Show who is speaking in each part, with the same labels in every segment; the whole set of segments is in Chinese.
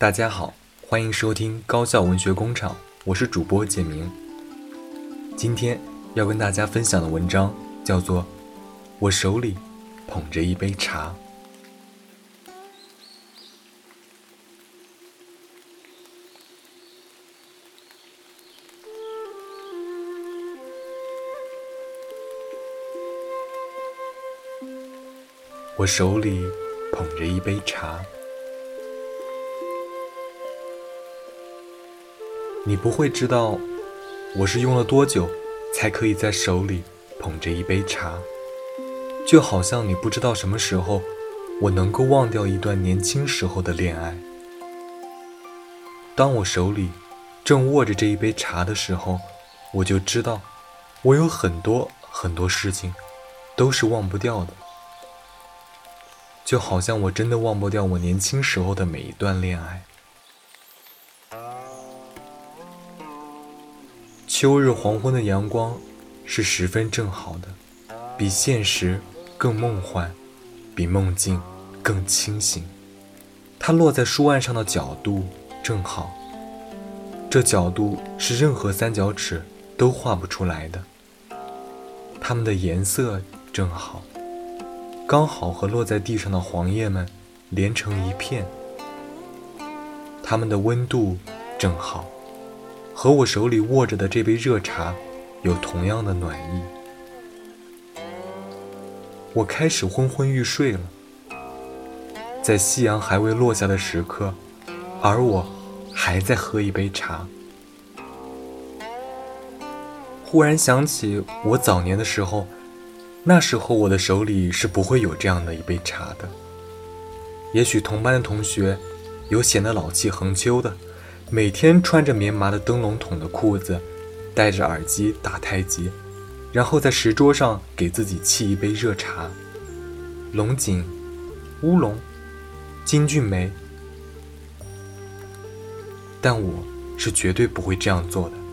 Speaker 1: 大家好，欢迎收听高校文学工厂，我是主播简明。今天要跟大家分享的文章叫做《我手里捧着一杯茶》。我手里捧着一杯茶，你不会知道我是用了多久才可以在手里捧着一杯茶，就好像你不知道什么时候我能够忘掉一段年轻时候的恋爱。当我手里正握着这一杯茶的时候，我就知道我有很多事情都是忘不掉的，就好像我真的忘不掉我年轻时候的每一段恋爱。秋日黄昏的阳光是十分正好的，比现实更梦幻，比梦境更清醒。它落在书案上的角度正好，这角度是任何三角尺都画不出来的。它们的颜色正好，刚好和落在地上的黄叶们连成一片。它们的温度正好，和我手里握着的这杯热茶有同样的暖意。我开始昏昏欲睡了，在夕阳还未落下的时刻，而我还在喝一杯茶。忽然想起我早年的时候，那时候我的手里是不会有这样的一杯茶的。也许同班的同学有显得老气横秋的，每天穿着棉麻的灯笼筒的裤子，戴着耳机打太极，然后在石桌上给自己沏一杯热茶，龙井、乌龙、金骏眉。但我是绝对不会这样做的。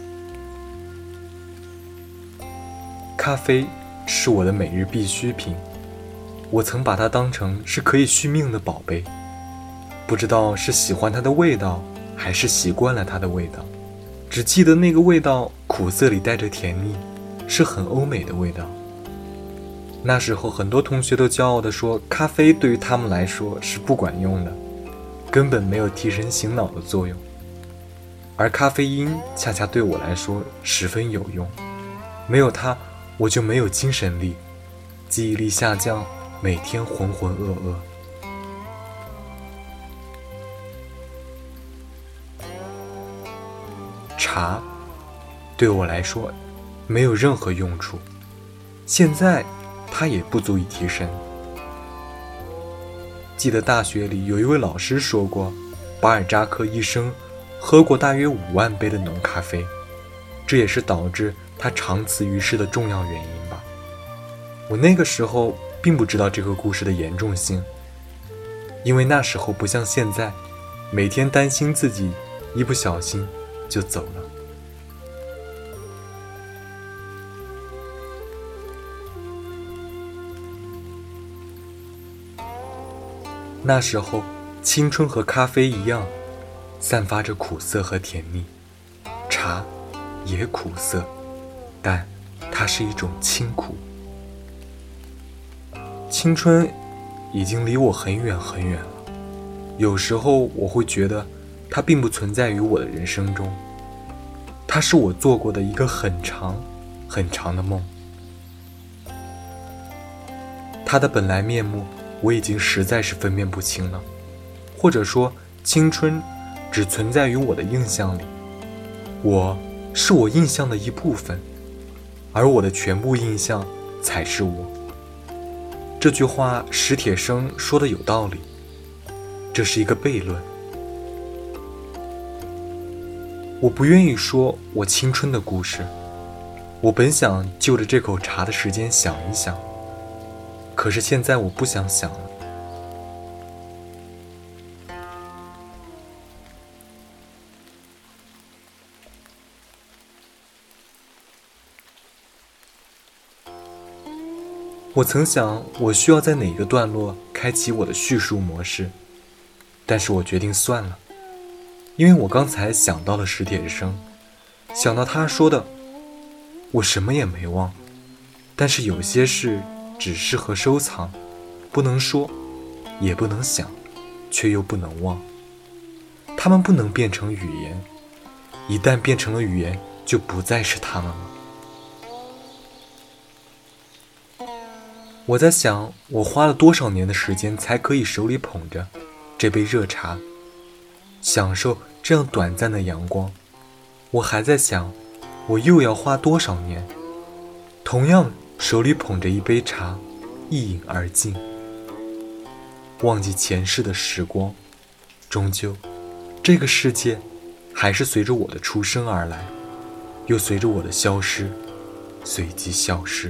Speaker 1: 咖啡是我的每日必需品，我曾把它当成是可以续命的宝贝。不知道是喜欢它的味道，还是习惯了它的味道，只记得那个味道苦涩里带着甜腻，是很欧美的味道。那时候很多同学都骄傲地说，咖啡对于他们来说是不管用的，根本没有提神醒脑的作用，而咖啡因恰恰对我来说十分有用，没有它我就没有精神力，记忆力下降，每天浑浑噩噩。茶对我来说没有任何用处，现在它也不足以提神。记得大学里有一位老师说过，巴尔扎克一生喝过大约5万杯的浓咖啡，这也是导致他长辞于世的重要原因吧。我那个时候并不知道这个故事的严重性，因为那时候不像现在，每天担心自己一不小心就走了。那时候青春和咖啡一样，散发着苦涩和甜腻，茶也苦涩，但它是一种清苦。青春已经离我很远很远了，有时候我会觉得它并不存在于我的人生中，它是我做过的一个很长很长的梦。它的本来面目我已经实在是分辨不清了，或者说青春只存在于我的印象里，我是我印象的一部分，而我的全部印象才是我。这句话史铁生说的有道理，这是一个悖论。我不愿意说我青春的故事，我本想就着这口茶的时间想一想，可是现在我不想想了。我曾想我需要在哪个段落开启我的叙述模式，但是我决定算了， 因为我刚才想到了史铁生，想到他说的，我什么也没忘，但是有些事只适合收藏，不能说，也不能想，却又不能忘。它们不能变成语言，一旦变成了语言，就不再是它们了。我在想，我花了多少年的时间才可以手里捧着这杯热茶，享受这样短暂的阳光。我还在想，我又要花多少年，同样手里捧着一杯茶，一饮而尽，忘记前世的时光。终究这个世界还是随着我的出生而来，又随着我的消失随即消失。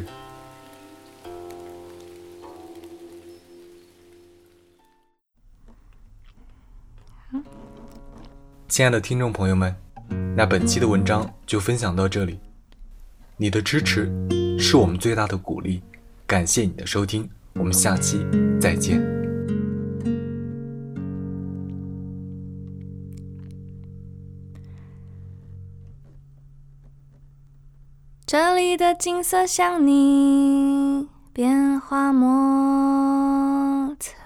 Speaker 1: 亲爱的听众朋友们，那本期的文章就分享到这里。你的支持是我们最大的鼓励，感谢你的收听，我们下期再见。
Speaker 2: 这里的景色像你变化莫测，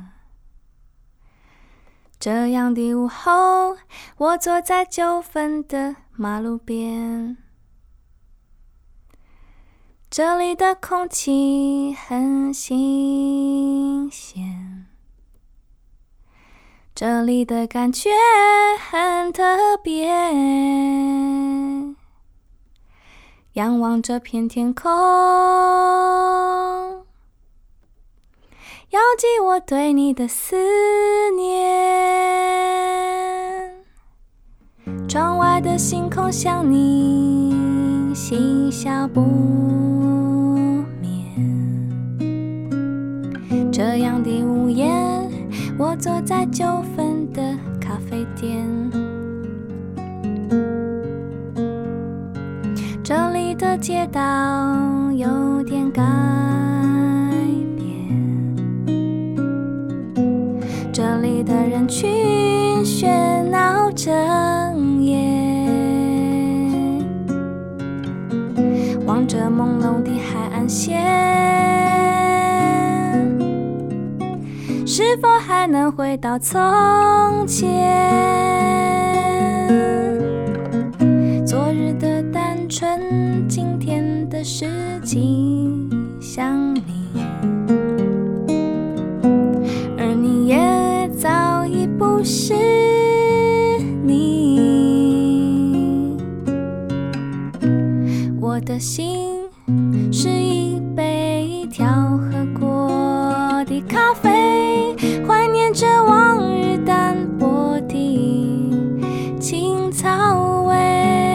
Speaker 2: 这样的午后，我坐在9分的马路边，这里的空气很新鲜，这里的感觉很特别，仰望这片天空，遥寄我对你的思念。窗外的星空像你嬉笑不眠，这样的午夜，我坐在9分的咖啡店，这里的街道有点改变，这里的人群喧闹整夜，望着朦胧的海岸线，是否还能回到从前？昨日的单纯，今天的事情像你，而你也早已不是你。我的心是一杯调和过的咖啡，怀念着往日淡薄的青草味。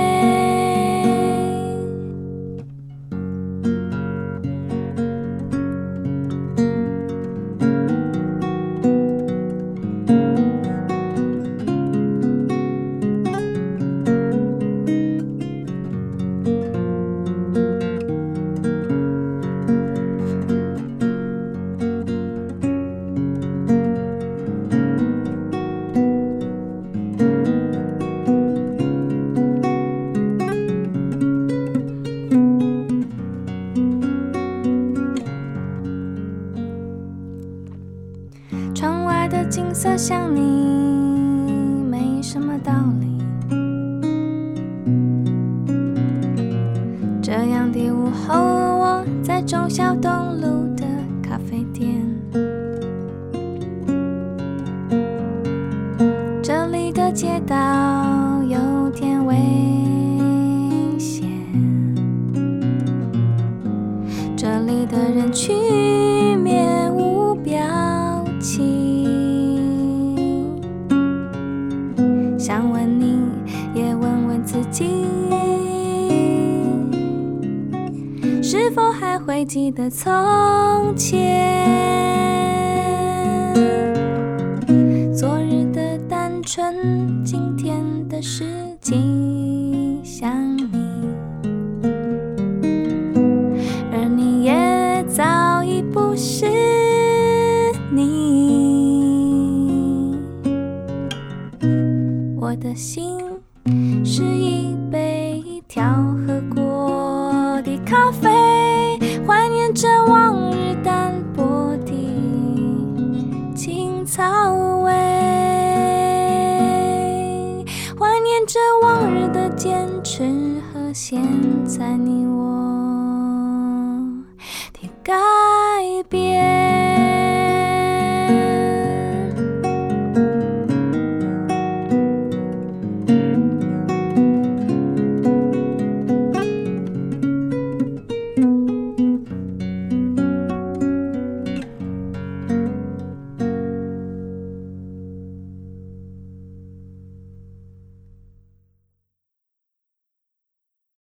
Speaker 2: 窗外的景色像你，没什么道理。这样的午后，我在忠孝东路的咖啡店，这里的街道有点危险，这里的人群面无表情，想问你，也问问自己，是否还会记得从前？昨日的单纯，今天的事情像你，而你也早已不是你。 我的心是一杯调和过的咖啡，怀念着往日淡薄的青草味，怀念着往日的坚持和现在你